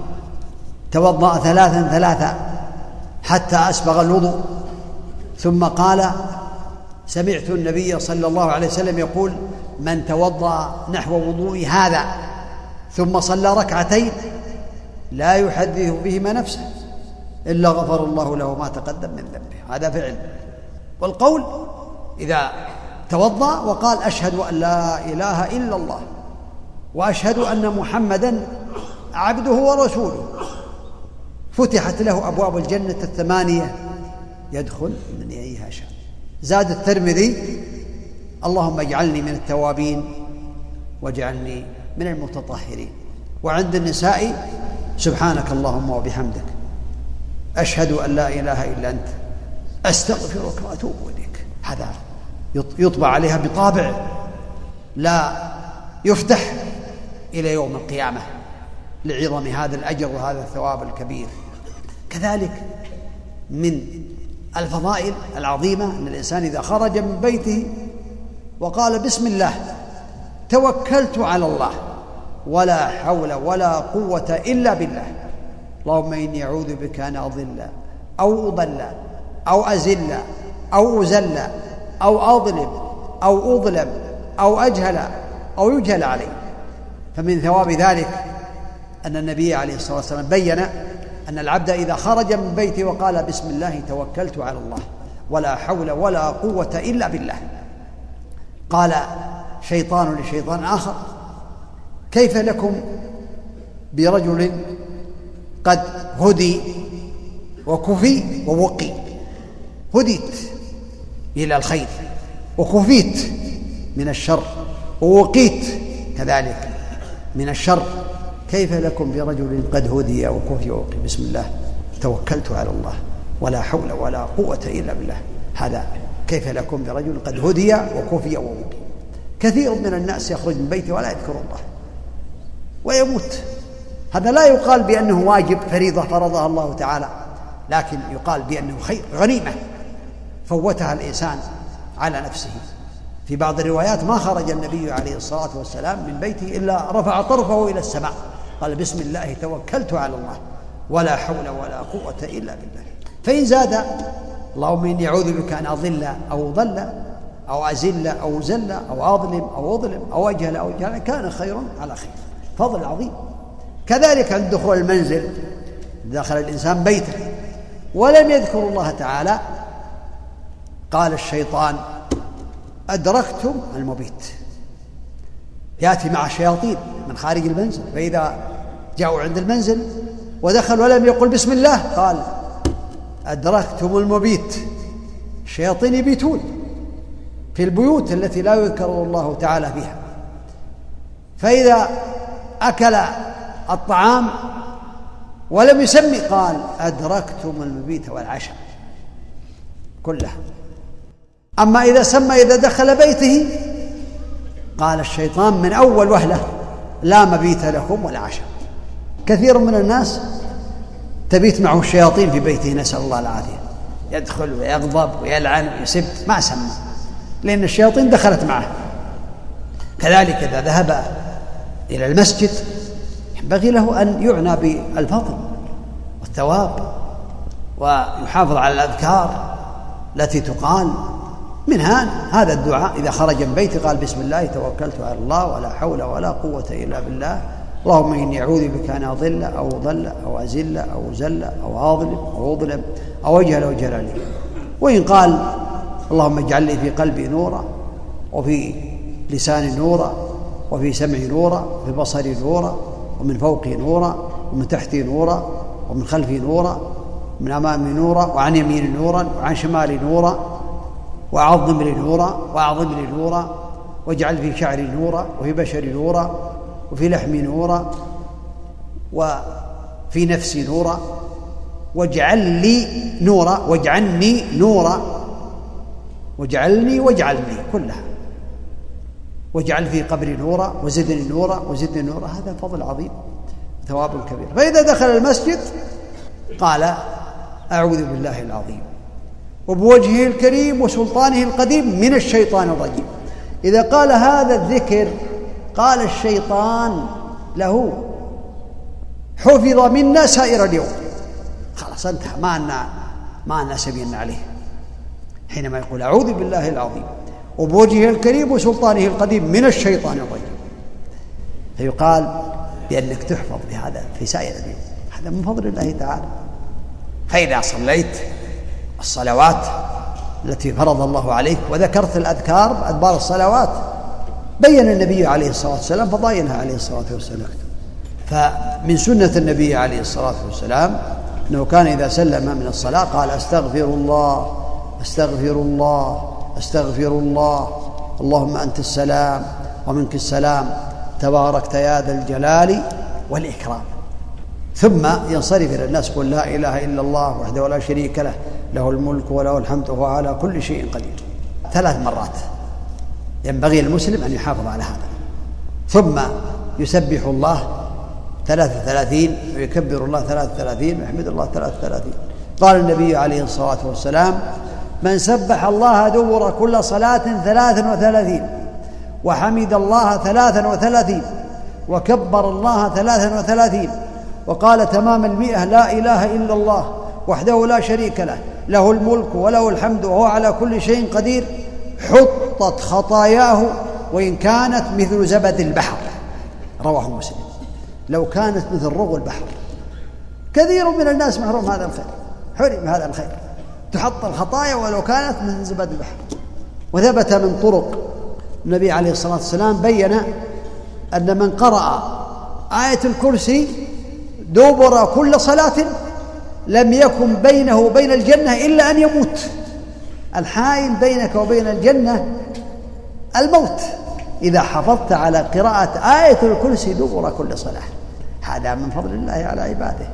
توضأ ثلاثا ثلاثا حتى أسبغ الوضوء، ثم قال: سمعت النبي صلى الله عليه وسلم يقول: من توضأ نحو وضوء هذا ثم صلى ركعتين لا يحدث بهما نفسه إلا غفر الله له ما تقدم من ذنبه. هذا فعل. والقول إذا توضأ وقال: أشهد أن لا إله إلا الله وأشهد أن محمدا عبده ورسوله، فتحت له أبواب الجنة الثمانية يدخل من أيها شاء. زاد الترمذي: اللهم اجعلني من التوابين واجعلني من المتطهرين. وعند النساء: سبحانك اللهم وبحمدك أشهد أن لا إله إلا أنت أستغفرك وأتوب إليك. هذا يطبع عليها بطابع لا يفتح إلى يوم القيامة لعظم هذا الأجر وهذا الثواب الكبير. كذلك من الفضائل العظيمة أن الإنسان إذا خرج من بيته وقال: بسم الله توكلت على الله ولا حول ولا قوة إلا بالله، اللهم إني أعوذ بك أن أضل أو أضل أو أزل أو أزل أو أظلم أو أظلم أو أجهل أو يجهل علي. فمن ثواب ذلك أن النبي عليه الصلاة والسلام بين أن العبد إذا خرج من بيته وقال: بسم الله توكلت على الله ولا حول ولا قوة إلا بالله، قال شيطان لشيطان آخر: كيف لكم برجل قد هدي وكفي ووقي؟ هديت إلى الخير وكفيت من الشر ووقيت كذلك من الشر، كيف لكم برجل قد هدي وكفي ووقي؟ بسم الله توكلت على الله ولا حول ولا قوة إلا بالله. هذا كيف لكم برجل قد هدي وكفي ووقي. كثير من الناس يخرج من بيته ولا يذكر الله ويموت. هذا لا يقال بأنه واجب فريضة فرضها الله تعالى، لكن يقال بأنه خير، غنيمة فوتها الإنسان على نفسه. في بعض الروايات ما خرج النبي عليه الصلاة والسلام من بيته إلا رفع طرفه إلى السماء، قال بسم الله توكلت على الله ولا حول ولا قوة إلا بالله. فإن زاد اللهم إني أعوذ بك أن أضل أو ضل أو أزل أو زل أو أظلم أو أظلم أو أجهل أو أجهل كان خير على خير، فضل عظيم. كذلك عند دخول المنزل، دخل الإنسان بيته ولم يذكر الله تعالى قال الشيطان أدركتم المبيت، يأتي مع الشياطين من خارج المنزل، فإذا جاءوا عند المنزل ودخل ولم يقل بسم الله قال أدركتم المبيت. الشياطين يبيتون في البيوت التي لا يذكر الله تعالى فيها، فإذا أكل الطعام ولم يسمي قال أدركتم المبيت والعشاء كلها. أما إذا سمى إذا دخل بيته قال الشيطان من أول وهلة لا مبيت لكم ولا عشاء. كثير من الناس تبيت معه الشياطين في بيته، نسأل الله العافية، يدخل ويغضب ويلعن ويسب ما سمى، لأن الشياطين دخلت معه. كذلك إذا ذهب إلى المسجد ينبغي له أن يعنى بالفضل والثواب ويحافظ على الأذكار التي تقال، منها هذا الدعاء إذا خرج من بيته قال بسم الله توكلت على الله ولا حول ولا قوة إلا بالله، اللهم إني أعوذ بك أن أضل أو ضل أو أزل أو زل أو أظلم أو أظلم أو أجهل أو جلالي. وإن قال اللهم اجعل لي في قلبي نورا وفي لساني نورا وفي سمعي نورا وفي بصري نورا ومن فوقي نورا ومن تحتي نورا ومن خلفي نورا ومن أمامي نورا وعن يميني نورا وعن شمالي نورا وأعظم لي نورا وأعظم لي نورا واجعل في شعري نورا وفي بشري نورا وفي لحمي نورا وفي نفسي نورا واجعل لي نورا واجعلني نورا واجعلني واجعلني كلها، واجعل في قبري نورا وزدني نورا وزدني نورا. هذا فضل عظيم ثواب كبير. فإذا دخل المسجد قال أعوذ بالله العظيم وبوجهه الكريم وسلطانه القديم من الشيطان الرجيم. إذا قال هذا الذكر قال الشيطان له حفظ منا سائر اليوم، خلاص انتهى، ما لنا ما لنا سبيل عليه. حينما يقول أعوذ بالله العظيم وبوجهه الكريم وسلطانه القديم من الشيطان الرجيم، فيقال بأنك تحفظ بهذا في سائر اليوم، هذا من فضل الله تعالى. فإذا صليت الصلوات التي فرض الله عليك وذكرت الأذكار أدبار الصلوات، بين النبي عليه الصلاة والسلام فضائلها عليه الصلاة والسلام. فمن سنة النبي عليه الصلاة والسلام أنه كان إذا سلم من الصلاة قال أستغفر الله أستغفر الله أستغفر الله اللهم أنت السلام ومنك السلام تباركت يا ذا الجلال والإكرام. ثم ينصرف إلى الناس يقول لا إله إلا الله وحده لا شريك له له الملك وله الحمد وهو على كل شيء قدير، ثلاث مرات ينبغي المسلم أن يحافظ على هذا. ثم يسبح الله ثلاث ثلاثين ويكبر الله ثلاث ثلاثين ويحمد الله ثلاث ثلاثين. قال النبي عليه الصلاة والسلام من سبح الله دبر كل صلاة ثلاثا وثلاثين وحمد الله ثلاثا وثلاثين وكبر الله ثلاثا وثلاثين وقال تمام المئة لا إله إلا الله وحده لا شريك له له الملك وله الحمد وهو على كل شيء قدير، حطت خطاياه وإن كانت مثل زبد البحر. رواه مسلم. لو كانت مثل رغو البحر، كثير من الناس محروم هذا الخير، حرم هذا الخير، تحط الخطايا ولو كانت من زبد البحر. وثبت من طرق النبي عليه الصلاة والسلام بين أن من قرأ آية الكرسي دبر كل صلاة لم يكن بينه وبين الجنة إلا أن يموت. الحائل بينك وبين الجنة الموت إذا حافظت على قراءة آية الكرسي دبر كل صلاة. هذا من فضل الله على عباده.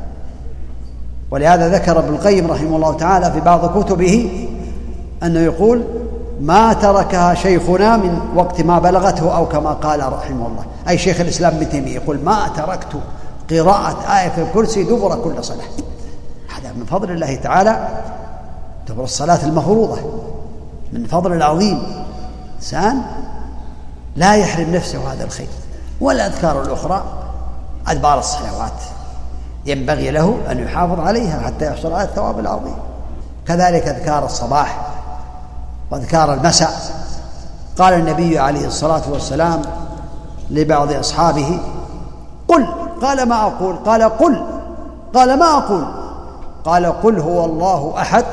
ولهذا ذكر ابن القيم رحمه الله تعالى في بعض كتبه أنه يقول ما تركها شيخنا من وقت ما بلغته، أو كما قال رحمه الله أي شيخ الإسلام ابن تيمية يقول ما تركت قراءة آية الكرسي دبر كل صلاة. هذا من فضل الله تعالى. تعتبر الصلاة المفروضة من فضل العظيم. إنسان لا يحرم نفسه هذا الخير. والأذكار الأخرى أدبار الصلوات ينبغي له أن يحافظ عليها حتى يحصل على الثواب العظيم. كذلك أذكار الصباح وأذكار المساء. قال النبي عليه الصلاة والسلام لبعض أصحابه: قل. قال: ما أقول؟ قال: قل. قال: ما أقول؟ قال: قل هو الله أحد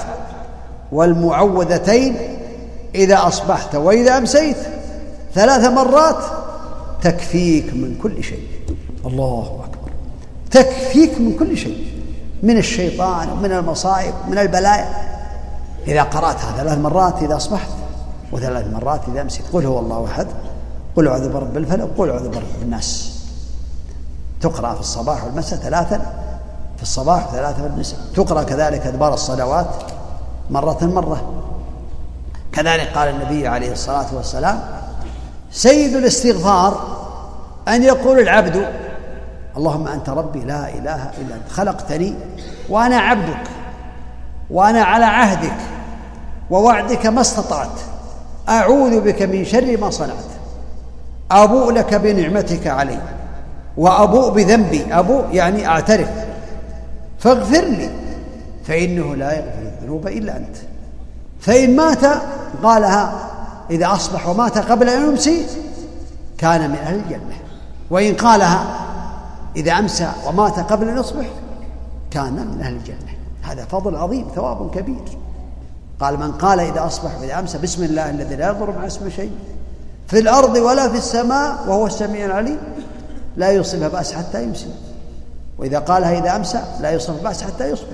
والمعوذتين إذا أصبحت وإذا أمسيت ثلاث مرات تكفيك من كل شيء. الله أكبر. تكفيك من كل شيء، من الشيطان ومن المصائب ومن البلايا. إذا قرأتها ثلاث مرات إذا أصبحت وثلاث مرات إذا أمسيت. قل هو الله أحد، قل أعوذ برب الفلق، قل أعوذ برب الناس. تقرأ في الصباح والمساء ثلاثا في الصباح وثلاثة في المساء. تقرأ كذلك أدبار الصلوات مرة مرة. كذلك قال النبي عليه الصلاة والسلام: سيد الاستغفار أن يقول العبد: اللهم أنت ربي لا إله إلا أنت خلقتني وأنا عبدك وأنا على عهدك ووعدك ما استطعت، أعوذ بك من شر ما صنعت، أبوء لك بنعمتك علي وأبوء بذنبي. أبوء يعني أعترف، فاغفر لي فإنه لا يغفر الذنوب إلا أنت. فإن مات قالها إذا أصبح ومات قبل أن يمسي كان من أهل الجنة، وإن قالها إذا أمسى ومات قبل أن يصبح كان من أهل الجنة. هذا فضل عظيم، ثواب كبير. قال: من قال إذا أصبح وإذا أمسى بسم الله الذي لا يضر مع اسمه شيء في الأرض ولا في السماء وهو السميع العليم لا يصيبها بأس حتى يمسي، وإذا قالها إذا أمسى لا يصيبها بأس حتى يصبح.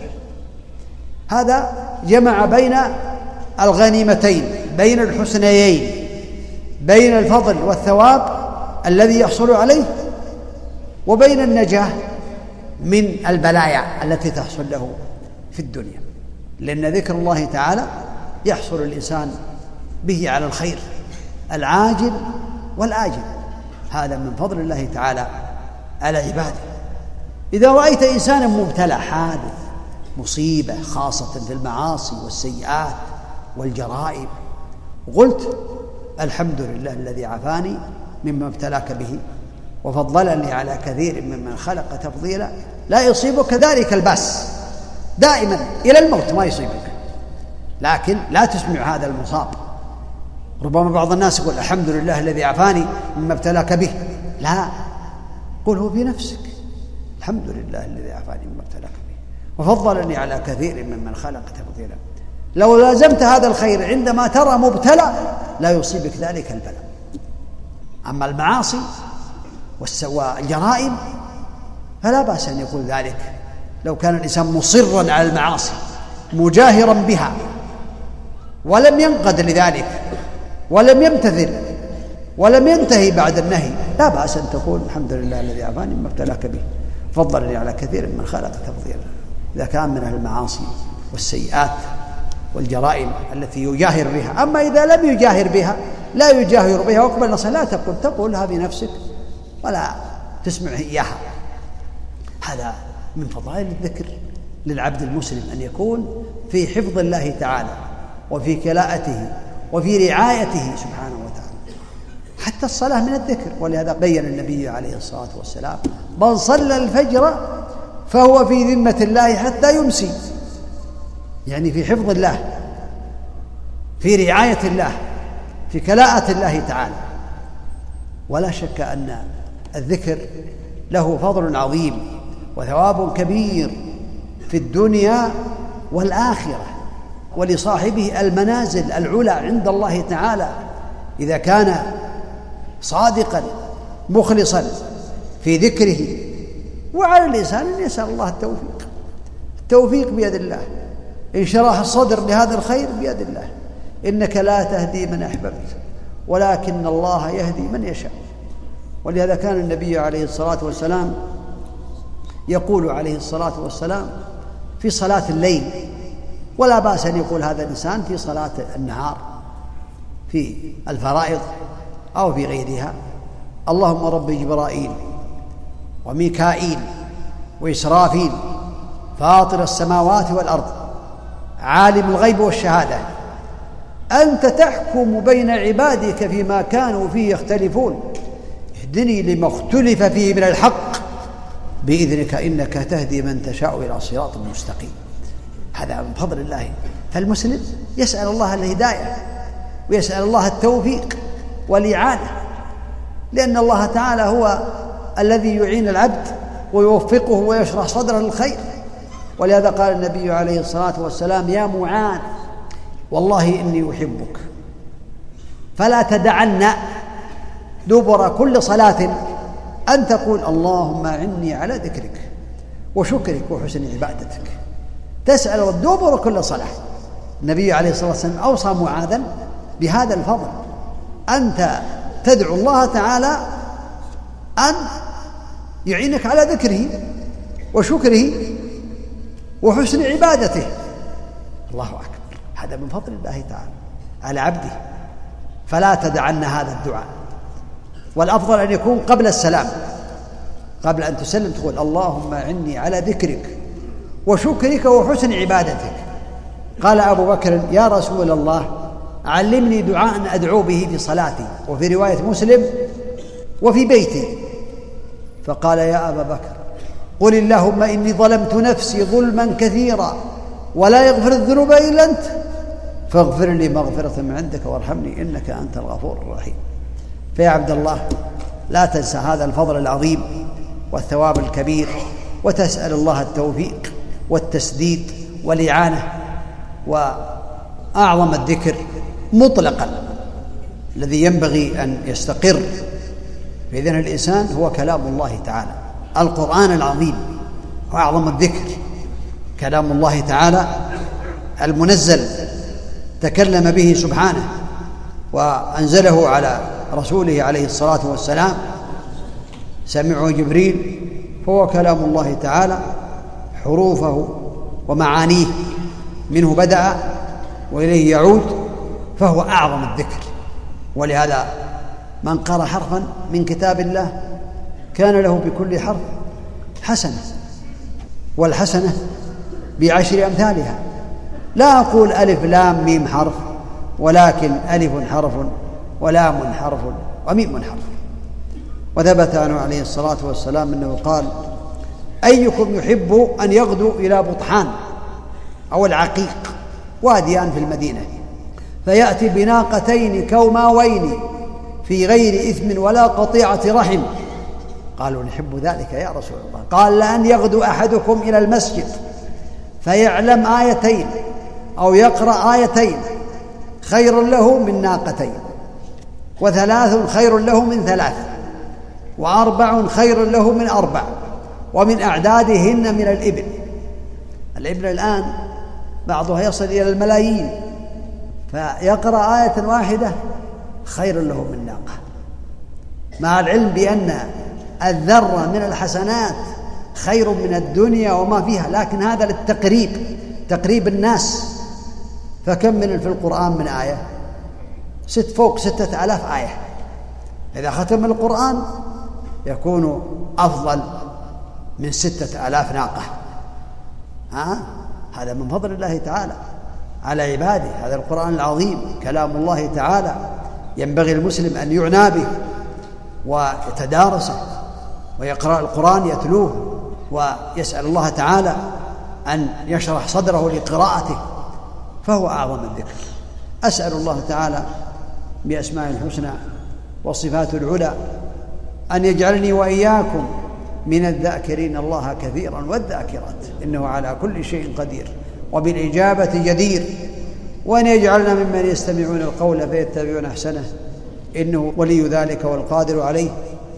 هذا جمع بين الغنيمتين، بين الحسنيين، بين الفضل والثواب الذي يحصل عليه وبين النجاة من البلايا التي تحصل له في الدنيا. لأن ذكر الله تعالى يحصل الإنسان به على الخير العاجل والآجل. هذا من فضل الله تعالى على عباده. إذا رأيت إنسانا مبتلى، حادث مصيبة خاصة في المعاصي والسيئات والجرائم، قلت: الحمد لله الذي عافاني مما ابتلاك به وفضلني على كثير ممن خلق تفضيلا، لا يصيبك ذلك الباس دائما إلى الموت ما يصيبك، لكن لا تسمع هذا المصاب. ربما بعض الناس يقول: الحمد لله الذي عافاني مما ابتلاك به. لا، قله في نفسك: الحمد لله الذي عافاني مما ابتلاك به وفضلني على كثير ممن خلق تفضيلا. لو لازمت هذا الخير عندما ترى مبتلى لا يصيبك ذلك البلاء. أما المعاصي والجرائم فلا بأس أن يقول ذلك لو كان الإنسان مصرا على المعاصي مجاهرا بها ولم ينقد لذلك ولم يمتثل ولم ينتهي بعد النهي، لا بأس أن تقول: الحمد لله الذي عافاني مما ابتلاك به فضلني على كثير من خلق تفضيلا. إذا كان من أهل المعاصي والسيئات والجرائم التي يجاهر بها. أما إذا لم يجاهر بها، لا يجاهر بها وقبل نصر، لا تقول، تقولها بنفسك ولا تسمعه إياها. هذا من فضائل الذكر للعبد المسلم، أن يكون في حفظ الله تعالى وفي كلاءته وفي رعايته سبحانه وتعالى. حتى الصلاة من الذكر، ولهذا بين النبي عليه الصلاة والسلام: من صلى الفجر فهو في ذمة الله حتى يمسي، يعني في حفظ الله، في رعاية الله، في كلاءة الله تعالى. ولا شك أن الذكر له فضل عظيم وثواب كبير في الدنيا والآخرة، ولصاحبه المنازل العلى عند الله تعالى إذا كان صادقا مخلصا في ذكره. وعلى الإنسان أن يسأل الله التوفيق. التوفيق بيد الله، انشراح الصدر لهذا الخير بيد الله. إنك لا تهدي من أحببت ولكن الله يهدي من يشاء. ولهذا كان النبي عليه الصلاة والسلام يقول عليه الصلاة والسلام في صلاة الليل، ولا بأس أن يقول هذا الإنسان في صلاة النهار في الفرائض أو في غيرها: اللهم رب جبرائيل وميكائيل وإسرافيل فاطر السماوات والأرض عالم الغيب والشهادة أنت تحكم بين عبادك فيما كانوا فيه يختلفون اهدني لما اختلف فيه من الحق بإذنك إنك تهدي من تشاء إلى صراط مستقيم. هذا من فضل الله. فالمسلم يسأل الله الهداية ويسأل الله التوفيق والإعانة، لأن الله تعالى هو الذي يعين العبد ويوفقه ويشرح صدره للخير. ولهذا قال النبي عليه الصلاة والسلام: يا معاذ والله إني أحبك فلا تدعن دبر كل صلاة أن تقول اللهم أعني على ذكرك وشكرك وحسن عبادتك. تسأل الدبر كل صلاة. النبي عليه الصلاة والسلام أوصى معاذا بهذا الفضل: أنت تدعو الله تعالى أن يعينك على ذكره وشكره وحسن عبادته. الله أكبر. هذا من فضل الله تعالى على عبده. فلا تدعن هذا الدعاء، والأفضل أن يكون قبل السلام، قبل أن تسلم تقول اللهم أعني على ذكرك وشكرك وحسن عبادتك. قال أبو بكر: يا رسول الله علمني دعاء أدعو به في صلاتي، وفي رواية مسلم وفي بيتي. فقال: يا أبا بكر قل اللهم إني ظلمت نفسي ظلما كثيرا ولا يغفر الذنوب إلا أنت فاغفر لي مغفرة من عندك وارحمني إنك أنت الغفور الرحيم. فيا عبد الله لا تنسى هذا الفضل العظيم والثواب الكبير، وتسأل الله التوفيق والتسديد والإعانة. وأعظم الذكر مطلقا الذي ينبغي أن يستقر في ذهن الإنسان هو كلام الله تعالى. القرآن العظيم هو أعظم الذكر، كلام الله تعالى المنزل تكلم به سبحانه وأنزله على رسوله عليه الصلاة والسلام، سمعه جبريل، فهو كلام الله تعالى حروفه ومعانيه منه بدأ وإليه يعود، فهو أعظم الذكر. ولهذا من قرأ حرفا من كتاب الله كان له بكل حرف حسنة، والحسنة بعشر أمثالها. لا أقول ألف لام ميم حرف، ولكن ألف حرف ولام حرف وميم حرف. وثبت عنه عليه الصلاة والسلام أنه قال: أيكم يحب أن يغدو إلى بطحان أو العقيق واديان في المدينة فيأتي بناقتين كوماوين في غير إثم ولا قطيعة رحم؟ قالوا: نحب ذلك يا رسول الله. قال: لأن يغدو أحدكم إلى المسجد فيعلم آيتين أو يقرأ آيتين خير له من ناقتين، وثلاث خير له من ثلاث، وأربع خير له من أربع، ومن أعدادهن من الإبل. الإبل الآن بعضها يصل إلى الملايين، فيقرأ آية واحدة خير له من ناقة، مع العلم بأن الذرة من الحسنات خير من الدنيا وما فيها، لكن هذا للتقريب، تقريب الناس. فكم من في القرآن من آية؟ ست فوق ستة آلاف آية. إذا ختم القرآن يكون أفضل من ستة آلاف ناقة. ها؟ هذا من فضل الله تعالى على عباده. هذا القرآن العظيم كلام الله تعالى ينبغي المسلم أن يعنى به ويتدارسه ويقرأ القرآن يتلوه، ويسأل الله تعالى أن يشرح صدره لقراءته، فهو أعظم الذكر. أسأل الله تعالى بأسماء الحسنى وصفات العلى أن يجعلني وإياكم من الذاكرين الله كثيرا والذاكرات، إنه على كل شيء قدير وبالإجابة جدير، وأن يجعلنا ممن يستمعون القول فيتبعون أحسنه، إنه ولي ذلك والقادر عليه.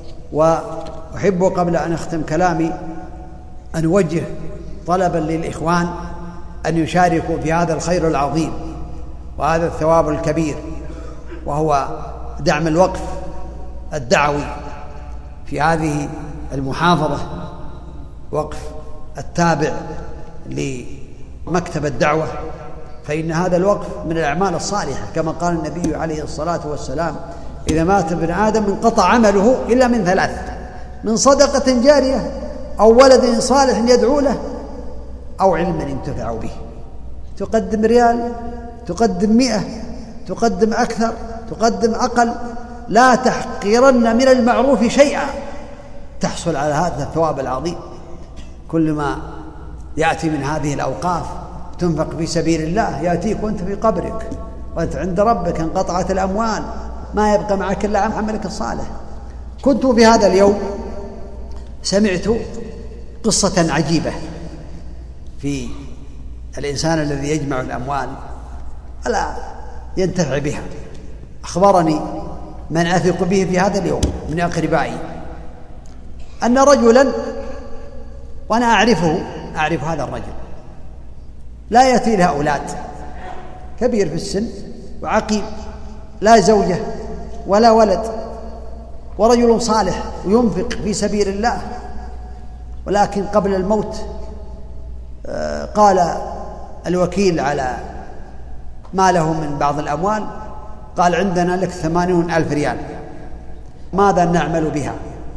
وأحب قبل أن أختم كلامي أن أوجه طلبا للإخوان أن يشاركوا في هذا الخير العظيم وهذا الثواب الكبير، وهو دعم الوقف الدعوي في هذه المحافظة، وقف التابع لمكتب الدعوة، فإن هذا الوقف من الأعمال الصالحة، كما قال النبي عليه الصلاة والسلام: إذا مات ابن آدم انقطع عمله إلا من ثلاث: من صدقة جارية أو ولد صالح يدعو له أو علما ينتفع به. تقدم ريال، تقدم مئة، تقدم أكثر، تقدم أقل، لا تحقرن من المعروف شيئا تحصل على هذا الثواب العظيم. كل ما يأتي من هذه الأوقاف تنفق في سبيل الله يأتيك وأنت في قبرك وأنت عند ربك، انقطعت الأموال، ما يبقى معك إلا عملك الصالح. كنت في هذا اليوم سمعت قصة عجيبة في الإنسان الذي يجمع الأموال ولا ينتفع بها. أخبرني من أثق به في هذا اليوم من أقربائي أن رجلا، وأنا أعرفه أعرف هذا الرجل، لا يأتي له أولاد، كبير في السن وعقيم، لا زوجة ولا ولد، ورجل صالح وينفق في سبيل الله. ولكن قبل الموت قال الوكيل على ما له من بعض الأموال، قال عندنا لك ثمانون ألف ريال، ماذا نعمل بها؟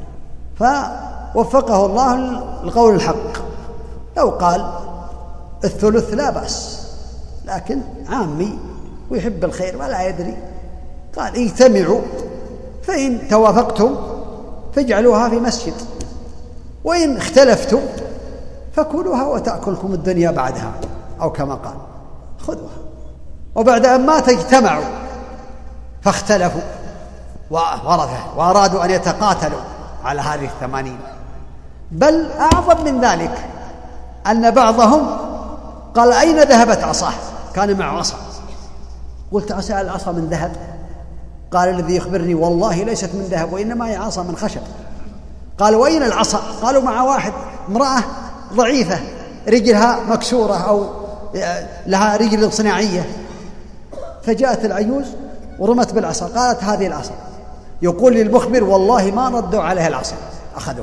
فوفقه الله القول الحق، لو قال الثلث لا بأس، لكن عامي ويحب الخير ولا يدري، قال اجتمعوا فإن توافقتم فاجعلوها في مسجد، وإن اختلفتم فكلوها وتأكلكم الدنيا بعدها، أو كما قال خذوها. وبعد أن مات اجتمعوا فاختلفوا وورثه وأرادوا أن يتقاتلوا على هذه الثمانين، بل أعظم من ذلك أن بعضهم قال أين ذهبت عصاه؟ كان معه عصا. قلت أسأل العصا من ذهب؟ قال الذي يخبرني والله ليست من ذهب وإنما هي عصا من خشب. قال وأين العصا؟ قالوا مع واحد امرأة ضعيفة رجلها مكسورة أو لها رجل صناعية، فجاءت العجوز ورمت بالعصا، قالت هذه العصا. يقول للمخبر والله ما ردوا عليها العصا، أخذوها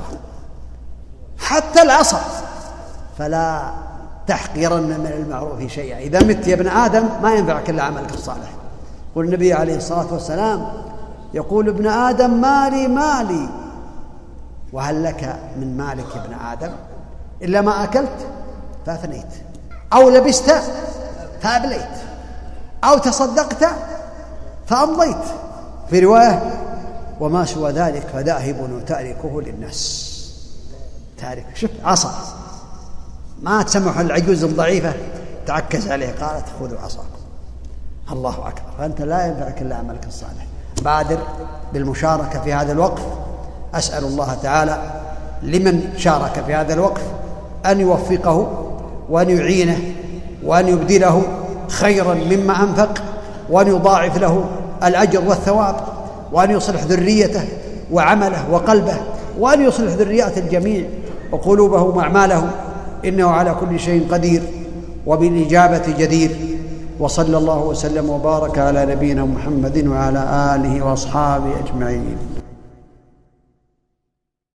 حتى العصا. فلا تحقرن من المعروف شيئا، إذا مت يا ابن آدم ما ينفعك إلا عملك الصالح. يقول النبي عليه الصلاة والسلام، يقول ابن آدم مالي مالي، وهل لك من مالك يا ابن آدم إلا ما أكلت فأفنيت، أو لبست فأبليت، أو تصدقت فأمضيت. في رواية وما سوى ذلك فذاهب وتاركه للناس. تارك، شوف عصا، ما تسمح العجوز الضعيفة تعكز عليه، قالت خذوا عصاكم. الله أكبر. فأنت لا ينفعك إلا عملك الصالح. بادر بالمشاركة في هذا الوقف. أسأل الله تعالى لمن شارك في هذا الوقف أن يوفقه وأن يعينه وأن يبدله خيرا مما أنفق، وأن يضاعف له الأجر والثواب، وأن يصلح ذريته وعمله وقلبه، وأن يصلح ذريات الجميع وقلوبهم وأعمالهم، إنه على كل شيء قدير وبالإجابة جدير. وصلى الله وسلم وبارك على نبينا محمد وعلى آله وأصحابه أجمعين.